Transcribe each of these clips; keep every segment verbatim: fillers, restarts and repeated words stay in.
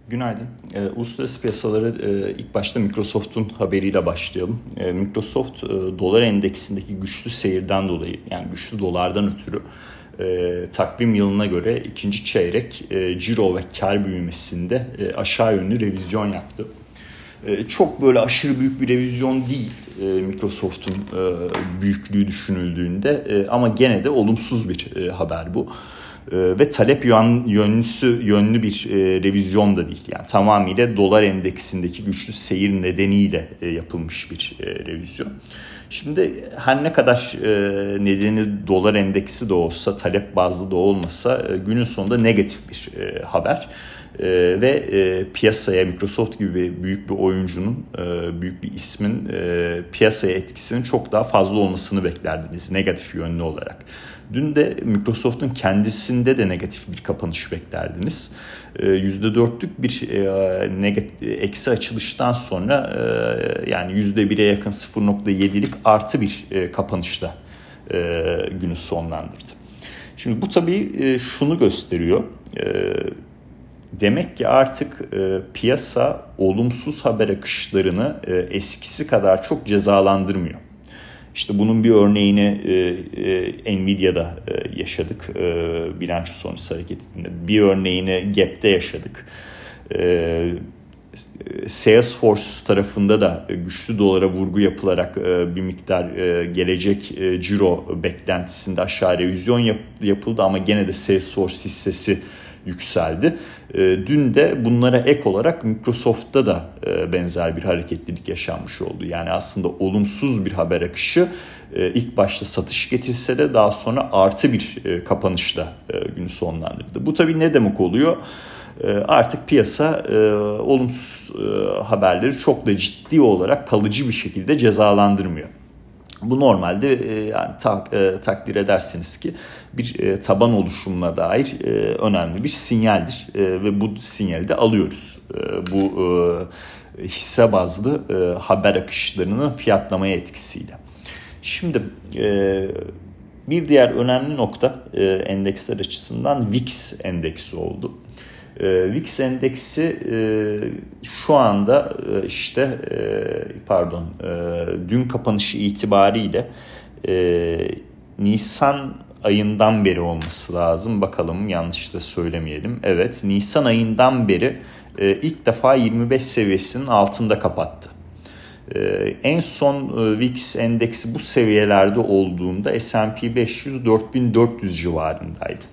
Günaydın. E, uluslararası piyasaları e, ilk başta Microsoft'un haberiyle başlayalım. E, Microsoft e, dolar endeksindeki güçlü seyirden dolayı, yani güçlü dolardan ötürü e, takvim yılına göre ikinci çeyrek e, ciro ve kar büyümesinde e, aşağı yönlü revizyon yaptı. E, çok böyle aşırı büyük bir revizyon değil e, Microsoft'un e, büyüklüğü düşünüldüğünde e, ama gene de olumsuz bir e, haber bu. Ve talep yönlüsü yönlü bir e, revizyon da değil. Yani tamamıyla dolar endeksindeki güçlü seyir nedeniyle e, yapılmış bir e, revizyon. Şimdi her ne kadar e, nedeni dolar endeksi de olsa, talep bazlı da olmasa e, günün sonunda negatif bir e, haber. E, ve e, piyasaya Microsoft gibi büyük bir oyuncunun, e, büyük bir ismin e, piyasaya etkisinin çok daha fazla olmasını beklerdiniz negatif yönlü olarak. Dün de Microsoft'un kendisinde de negatif bir kapanış beklerdiniz. E, yüzde dörtlük bir e, negatif, eksi açılıştan sonra e, yani yüzde bire yakın sıfır nokta yedilik artı bir e, kapanışla e, günü sonlandırdı. Şimdi bu tabii e, şunu gösteriyor. E, Demek ki artık e, piyasa olumsuz haber akışlarını e, eskisi kadar çok cezalandırmıyor. İşte bunun bir örneğini e, e, Nvidia'da e, yaşadık e, bilanço sonrası hareketinde. Bir örneğini Gap'te yaşadık. E, Salesforce tarafında da güçlü dolara vurgu yapılarak e, bir miktar e, gelecek e, ciro beklentisinde aşağı revizyon yap, yapıldı ama gene de Salesforce hissesi yükseldi. E, dün de bunlara ek olarak Microsoft'ta da e, benzer bir hareketlilik yaşanmış oldu. Yani aslında olumsuz bir haber akışı e, ilk başta satış getirse de daha sonra artı bir e, kapanışla e, günü sonlandırdı. Bu tabii ne demek oluyor? E, artık piyasa e, olumsuz e, haberleri çok da ciddi olarak kalıcı bir şekilde cezalandırmıyor. Bu normalde e, yani tak, e, takdir edersiniz ki bir e, taban oluşumuna dair e, önemli bir sinyaldir e, ve bu sinyali de alıyoruz. E, bu e, hisse bazlı e, haber akışlarının fiyatlamaya etkisiyle. Şimdi e, bir diğer önemli nokta e, endeksler açısından V I X endeksi oldu. V I X endeksi şu anda işte pardon dün kapanışı itibariyle Nisan ayından beri olması lazım. Bakalım yanlış da söylemeyelim. Evet, Nisan ayından beri ilk defa yirmi beş seviyesinin altında kapattı. En son V I X endeksi bu seviyelerde olduğunda S and P beş yüz dört bin dört yüz civarındaydı.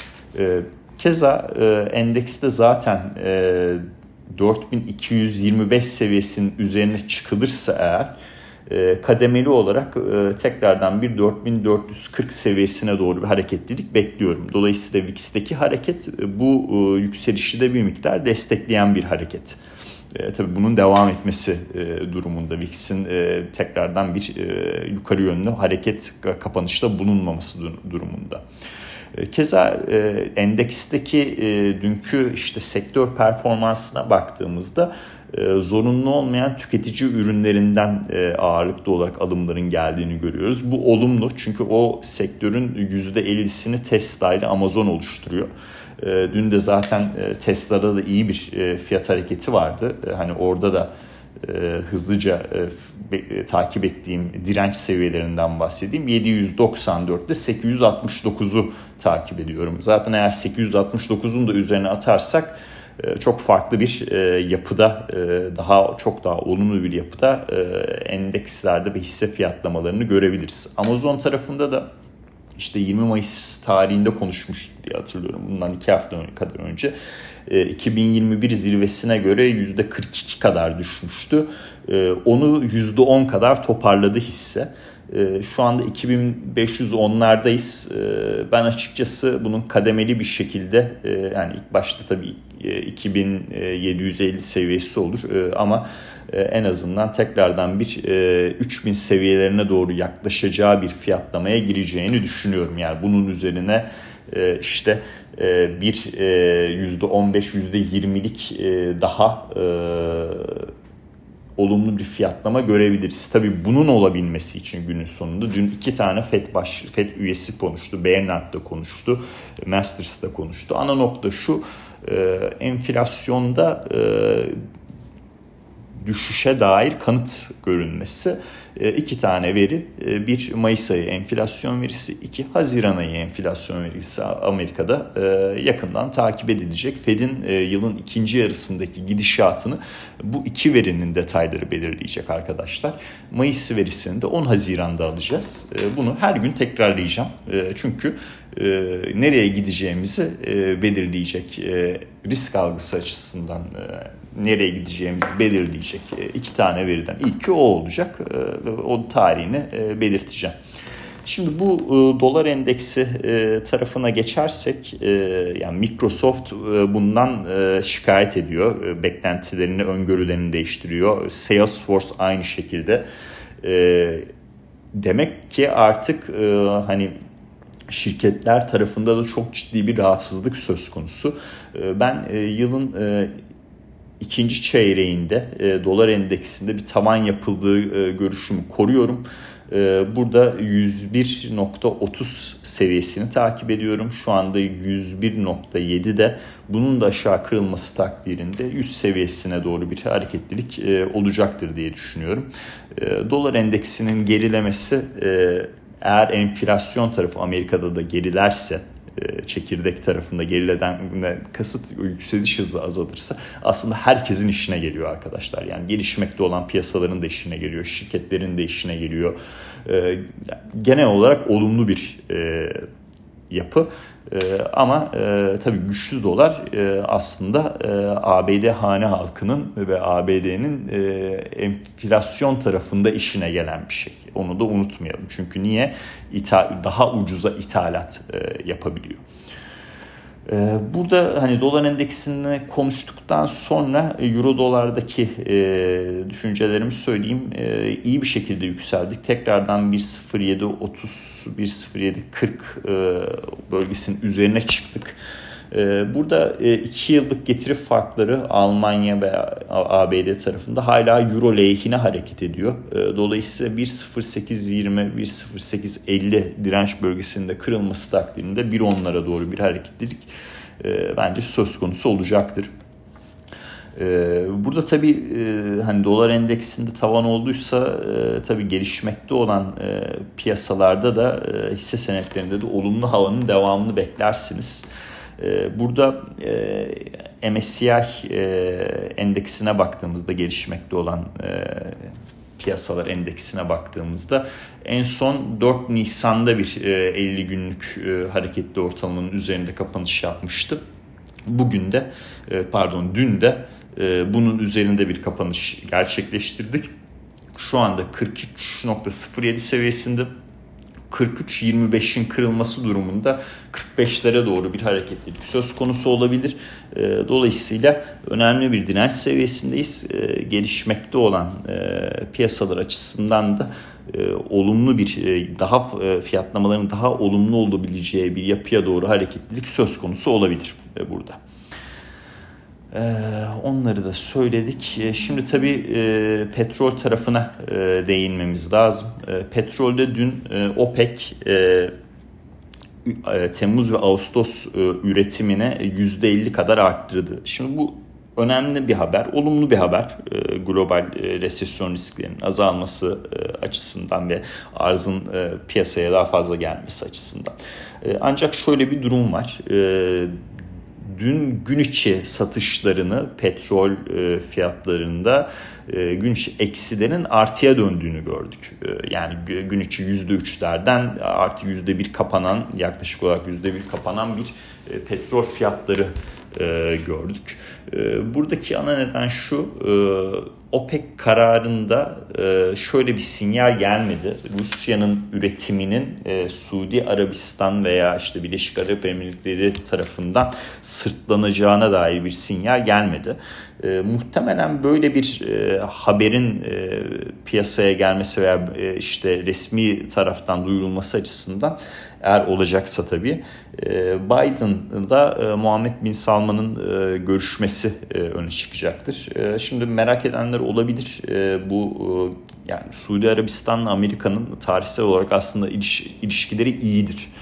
Keza e, endekste zaten e, dört bin iki yüz yirmi beş seviyesinin üzerine çıkılırsa eğer e, kademeli olarak e, tekrardan bir dört bin dört yüz kırk seviyesine doğru bir hareketlilik bekliyorum. Dolayısıyla V I X'teki hareket e, bu e, yükselişi de bir miktar destekleyen bir hareket. E, tabii bunun devam etmesi e, durumunda V I X'in e, tekrardan bir e, yukarı yönlü hareket kapanışta bulunmaması durumunda. Keza e, endeksteki e, dünkü işte sektör performansına baktığımızda e, zorunlu olmayan tüketici ürünlerinden e, ağırlıklı olarak alımların geldiğini görüyoruz. Bu olumlu çünkü o sektörün yüzde ellisini Tesla ile Amazon oluşturuyor. E, dün de zaten e, Tesla'da da iyi bir e, fiyat hareketi vardı. E, hani orada da e, hızlıca e, e, takip ettiğim direnç seviyelerinden bahsedeyim. yedi yüz doksan dört ile sekiz yüz altmış dokuzu takip ediyorum. Zaten eğer sekiz yüz altmış dokuzun da üzerine atarsak e, çok farklı bir e, yapıda, e, daha çok daha olumlu bir yapıda e, endekslerde ve hisse fiyatlamalarını görebiliriz. Amazon tarafında da İşte yirmi Mayıs tarihinde konuşmuştuk diye hatırlıyorum. Bundan iki hafta kadar önce. iki bin yirmi bir zirvesine göre yüzde kırk iki kadar düşmüştü. Onu yüzde on kadar toparladı hisse. Şu anda iki bin beş yüz onlardayız. Ben açıkçası bunun kademeli bir şekilde, yani ilk başta tabii iki bin yedi yüz elli seviyesi olur ama en azından tekrardan bir üç bin seviyelerine doğru yaklaşacağı bir fiyatlamaya gireceğini düşünüyorum. Yani bunun üzerine işte bir yüzde on beş yüzde yirmilik daha olumlu bir fiyatlama görebiliriz. Tabii bunun olabilmesi için günün sonunda dün iki tane FED baş FED üyesi konuştu. Bernard da konuştu. Masters da konuştu. Ana nokta şu: enflasyonda düşüşe dair kanıt görünmesi. İki tane veri, bir Mayıs ayı enflasyon verisi, iki Haziran ayı enflasyon verisi Amerika'da yakından takip edilecek. Fed'in yılın ikinci yarısındaki gidişatını bu iki verinin detayları belirleyecek arkadaşlar. Mayıs verisini de on Haziran'da alacağız. Bunu her gün tekrarlayacağım. Çünkü nereye gideceğimizi belirleyecek, risk algısı açısından nereye gideceğimizi belirleyecek iki tane veriden ilki o olacak. O tarihini belirteceğim. Şimdi bu dolar endeksi tarafına geçersek, yani Microsoft bundan şikayet ediyor. Beklentilerini, öngörülerini değiştiriyor. Salesforce aynı şekilde. Demek ki artık hani şirketler tarafında da çok ciddi bir rahatsızlık söz konusu. Ben yılın ikinci çeyreğinde e, dolar endeksinde bir tavan yapıldığı e, görüşümü koruyorum. E, burada yüz bir nokta otuz seviyesini takip ediyorum. Şu anda yüz bir nokta yedide, bunun da aşağı kırılması takdirinde yüz seviyesine doğru bir hareketlilik e, olacaktır diye düşünüyorum. E, dolar endeksinin gerilemesi, e, eğer enflasyon tarafı Amerika'da da gerilerse, çekirdek tarafında gerileden kasıt yükseliş hızı azalırsa aslında herkesin işine geliyor arkadaşlar. Yani gelişmekte olan piyasaların da işine geliyor, şirketlerin de işine geliyor. Genel olarak olumlu bir yapı. Ama tabii güçlü dolar aslında A B D hane halkının ve A B D'nin enflasyon tarafında işine gelen bir şey. Onu da unutmayalım. Çünkü niye? Daha ucuza ithalat yapabiliyor. Burada hani dolar endeksini konuştuktan sonra euro dolardaki düşüncelerimi söyleyeyim. İyi bir şekilde yükseldik. Tekrardan bir nokta sıfır yedi otuz, bir nokta sıfır yedi kırk bölgesinin üzerine çıktık. Burada iki yıllık getiri farkları Almanya ve A B D tarafında hala euro lehine hareket ediyor. Dolayısıyla bir nokta sıfır sekiz yirmi, bir nokta sıfır sekiz elli direnç bölgesinde kırılması takdirinde bir onlara doğru bir hareketlilik bence söz konusu olacaktır. Burada tabii hani dolar endeksinde tavan olduysa tabii gelişmekte olan piyasalarda da hisse senetlerinde de olumlu havanın devamını beklersiniz. Burada M S C I endeksine baktığımızda, gelişmekte olan piyasalar endeksine baktığımızda en son dört Nisan'da bir elli günlük hareketli ortalamanın üzerinde kapanış yapmıştı. Bugün de pardon dün de bunun üzerinde bir kapanış gerçekleştirdik. Şu anda kırk üç nokta sıfır yedi seviyesinde. kırk üç yirmi beşin kırılması durumunda kırk beşlere doğru bir hareketlilik söz konusu olabilir. Dolayısıyla önemli bir direnç seviyesindeyiz. Gelişmekte olan piyasalar açısından da olumlu bir, daha fiyatlamaların daha olumlu olabileceği bir yapıya doğru hareketlilik söz konusu olabilir burada. Onları da söyledik. Şimdi tabii e, petrol tarafına e, değinmemiz lazım. E, petrolde dün e, OPEC e, e, Temmuz ve Ağustos e, üretimine yüzde elli kadar arttırdı. Şimdi bu önemli bir haber, olumlu bir haber. E, global e, resesyon risklerinin azalması e, açısından ve arzın e, piyasaya daha fazla gelmesi açısından. E, ancak şöyle bir durum var. E, Dün gün içi satışlarını petrol e, fiyatlarında e, gün içi eksilerin artıya döndüğünü gördük. E, yani gün içi yüzde üçlerden artı yüzde bir kapanan, yaklaşık olarak yüzde bir kapanan bir e, petrol fiyatları e, gördük. E, buradaki ana neden şu: e, OPEC kararında e, şöyle bir sinyal gelmedi. Rusya'nın üretiminin e, Suudi Arabistan veya işte Birleşik Arap Emirlikleri tarafından sırtlanacağına dair bir sinyal gelmedi. E, muhtemelen böyle bir e, haberin e, piyasaya gelmesi veya e, işte resmi taraftan duyurulması açısından, eğer olacaksa tabii, e, Biden'da e, Muhammed Bin Salman'ın e, görüşmesi e, öne çıkacaktır. E, şimdi merak edenler olabilir. E, bu e, yani Suudi Arabistan'la Amerika'nın tarihsel olarak aslında iliş, ilişkileri iyidir.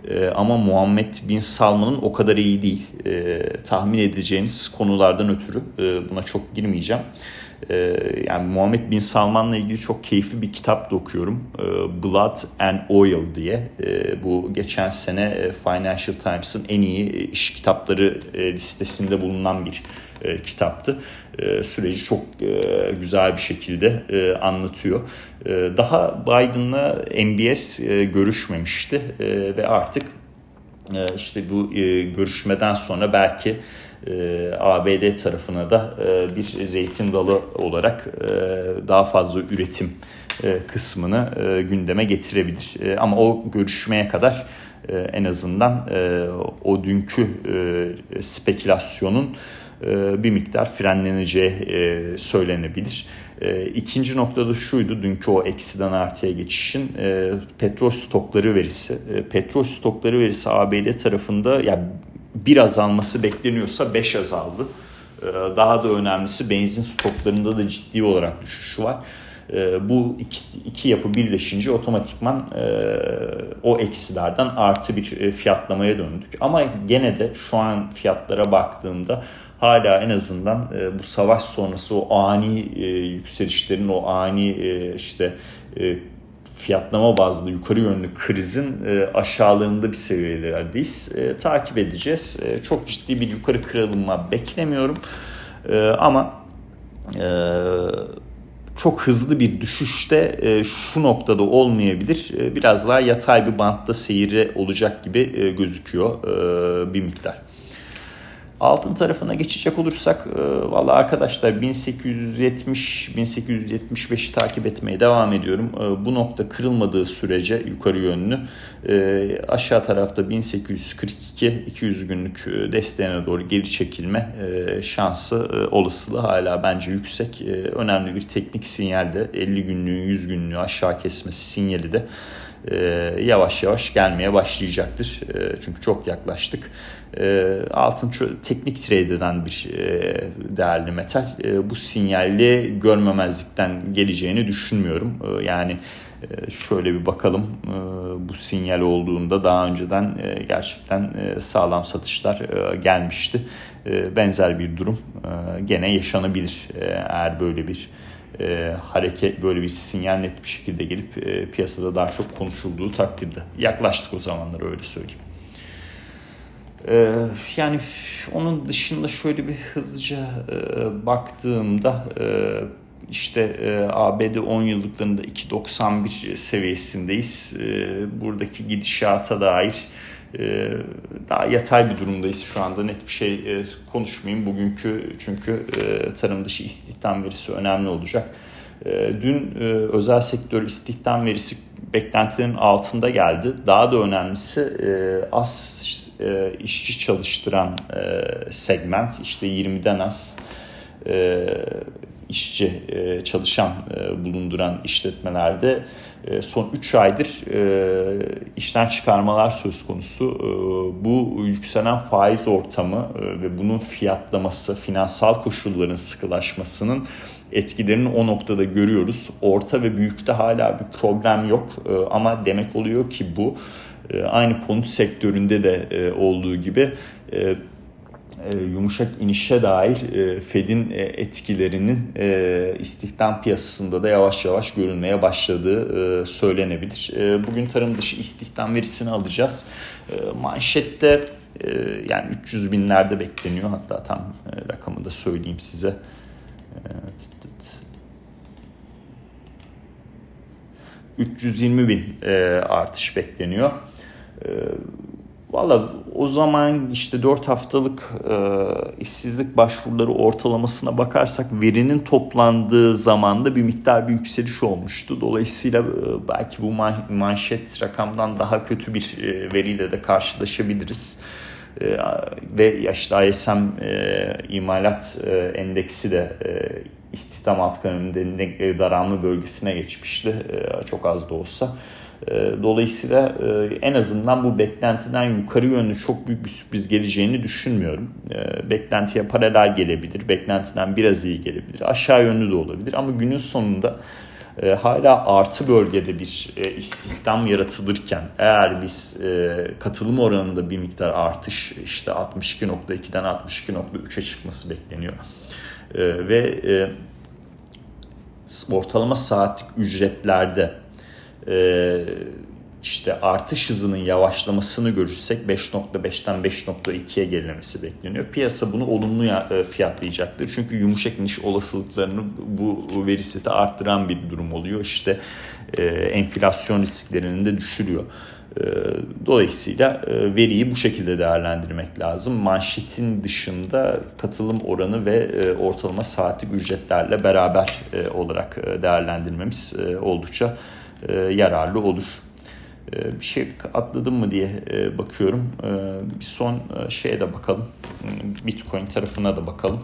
E, ama Muhammed Bin Salman'ın o kadar iyi değil. E, tahmin edeceğiniz konulardan ötürü e, buna çok girmeyeceğim. E, yani Muhammed Bin Salman'la ilgili çok keyifli bir kitap da okuyorum. E, Blood and Oil diye. E, bu geçen sene e, Financial Times'ın en iyi iş kitapları e, listesinde bulunan bir e, kitaptı. E, süreci çok e, güzel bir şekilde e, anlatıyor. E, daha Biden'la M B S e, görüşmemişti e, ve artık e, işte bu e, görüşmeden sonra belki e, A B D tarafına da e, bir zeytin dalı olarak e, daha fazla üretim e, kısmını e, gündeme getirebilir. E, ama o görüşmeye kadar e, en azından e, o dünkü e, spekülasyonun bir miktar frenleneceği söylenebilir. İkinci noktada şuydu, dünkü o eksiden artıya geçişin petrol stokları verisi. Petrol stokları verisi A B D tarafında ya bir azalması bekleniyorsa beş azaldı. Daha da önemlisi benzin stoklarında da ciddi olarak düşüş var. Bu iki, iki yapı birleşince otomatikman e, o eksilerden artı bir fiyatlamaya döndük. Ama gene de şu an fiyatlara baktığımda hala en azından e, bu savaş sonrası o ani e, yükselişlerin, o ani e, işte e, fiyatlama bazlı yukarı yönlü krizin e, aşağılarında bir seviyelerdeyiz. E, takip edeceğiz. E, çok ciddi bir yukarı kırılma beklemiyorum. E, ama e, çok hızlı bir düşüşte e, şu noktada olmayabilir. E, biraz daha yatay bir bantta seyri olacak gibi e, gözüküyor e, bir miktar. Altın tarafına geçecek olursak e, valla arkadaşlar bin sekiz yüz yetmiş bin sekiz yüz yetmiş beşi takip etmeye devam ediyorum. E, bu nokta kırılmadığı sürece yukarı yönlü e, aşağı tarafta bin sekiz yüz kırk iki iki yüz günlük desteğine doğru geri çekilme e, şansı e, olasılığı hala bence yüksek. E, önemli bir teknik sinyal de elli günlüğün yüz günlüğü aşağı kesmesi sinyali de e, yavaş yavaş gelmeye başlayacaktır. E, çünkü çok yaklaştık. E, altın teknik trade eden bir e, değerli metal. E, bu sinyali görmemezlikten geleceğini düşünmüyorum. E, yani e, şöyle bir bakalım, e, bu sinyal olduğunda daha önceden e, gerçekten e, sağlam satışlar e, gelmişti. E, benzer bir durum e, gene yaşanabilir e, eğer böyle bir E, hareket, böyle bir sinyal net bir şekilde gelip e, piyasada daha çok konuşulduğu takdirde. Yaklaştık o zamanlar, öyle söyleyeyim. E, yani onun dışında şöyle bir hızlıca e, baktığımda e, işte e, A B D on yıllıklarında iki virgül doksan bir seviyesindeyiz. E, buradaki gidişata dair Ee, daha yatay bir durumdayız şu anda, net bir şey e, konuşmayayım bugünkü, çünkü e, tarım dışı istihdam verisi önemli olacak. E, dün e, özel sektör istihdam verisi beklentilerin altında geldi. Daha da önemlisi e, az e, işçi çalıştıran e, segment, işte yirmiden az e, işçi e, çalışan e, bulunduran işletmelerde e, son üç aydır e, işten çıkarmalar söz konusu. E, bu yükselen faiz ortamı e, ve bunun fiyatlaması, finansal koşulların sıkılaşmasının etkilerini o noktada görüyoruz. Orta ve büyükte hala bir problem yok e, ama demek oluyor ki bu e, aynı konut sektöründe de e, olduğu gibi e, yumuşak inişe dair Fed'in etkilerinin istihdam piyasasında da yavaş yavaş görülmeye başladığı söylenebilir. Bugün tarım dışı istihdam verisini alacağız. Manşette yani üç yüz binlerde bekleniyor. Hatta tam rakamı da söyleyeyim size. üç yüz yirmi bin artış bekleniyor. Valla o zaman işte dört haftalık e, işsizlik başvuruları ortalamasına bakarsak verinin toplandığı zamanda bir miktar bir yükseliş olmuştu. Dolayısıyla e, belki bu man- manşet rakamdan daha kötü bir e, veriyle de karşılaşabiliriz. E, ve işte I S M e, imalat e, endeksi de e, istihdam alt kanalının daralma bölgesine geçmişti. E, çok az da olsa. Dolayısıyla en azından bu beklentiden yukarı yönlü çok büyük bir sürpriz geleceğini düşünmüyorum. Beklentiye paralel gelebilir, beklentiden biraz iyi gelebilir, aşağı yönlü de olabilir. Ama günün sonunda E, hala artı bölgede bir e, istihdam yaratılırken eğer biz e, katılım oranında bir miktar artış, işte altmış iki nokta ikiden altmış iki nokta üçe çıkması bekleniyor. E, ve e, ortalama saatlik ücretlerde e, işte artış hızının yavaşlamasını görürsek beş nokta beşten beş nokta ikiye gerilemesi bekleniyor. Piyasa bunu olumlu fiyatlayacaktır. Çünkü yumuşak iniş olasılıklarını bu veri seti arttıran bir durum oluyor. İşte e, enflasyon risklerini de düşürüyor. E, dolayısıyla e, veriyi bu şekilde değerlendirmek lazım. Manşetin dışında katılım oranı ve e, ortalama saatlik ücretlerle beraber e, olarak e, değerlendirmemiz e, oldukça e, yararlı olur. Bir şey atladım mı diye bakıyorum. Bir son şeye de bakalım. Bitcoin tarafına da bakalım.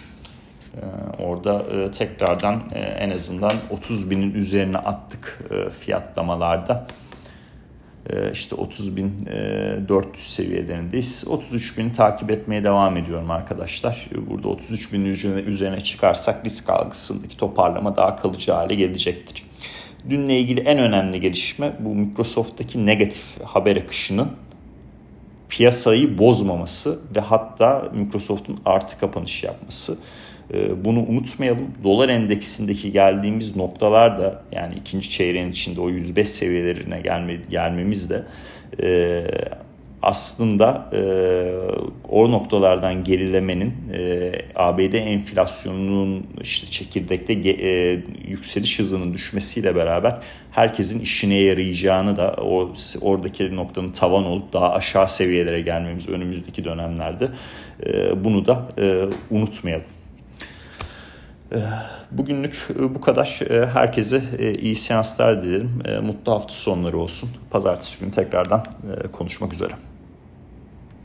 Orada tekrardan en azından otuz binin üzerine attık fiyatlamalarda. İşte otuz bin dört yüz seviyelerindeyiz. otuz üç bini takip etmeye devam ediyorum arkadaşlar. Burada otuz üç binin üzerine çıkarsak risk algısındaki toparlama daha kalıcı hale gelecektir. Dünle ilgili en önemli gelişme bu Microsoft'taki negatif haber akışının piyasayı bozmaması ve hatta Microsoft'un artı kapanış yapması. Bunu unutmayalım. Dolar endeksindeki geldiğimiz noktalar da yani ikinci çeyreğin içinde o yüz beş seviyelerine gelme, gelmemiz de e, aslında e, o noktalardan gerilemenin e, A B D enflasyonunun işte çekirdekte e, yükseliş hızının düşmesiyle beraber herkesin işine yarayacağını da o oradaki noktanın tavan olup daha aşağı seviyelere gelmemiz önümüzdeki dönemlerde e, bunu da e, unutmayalım. Bugünlük bu kadar. Herkese iyi seanslar dilerim. Mutlu hafta sonları olsun. Pazartesi günü tekrardan konuşmak üzere.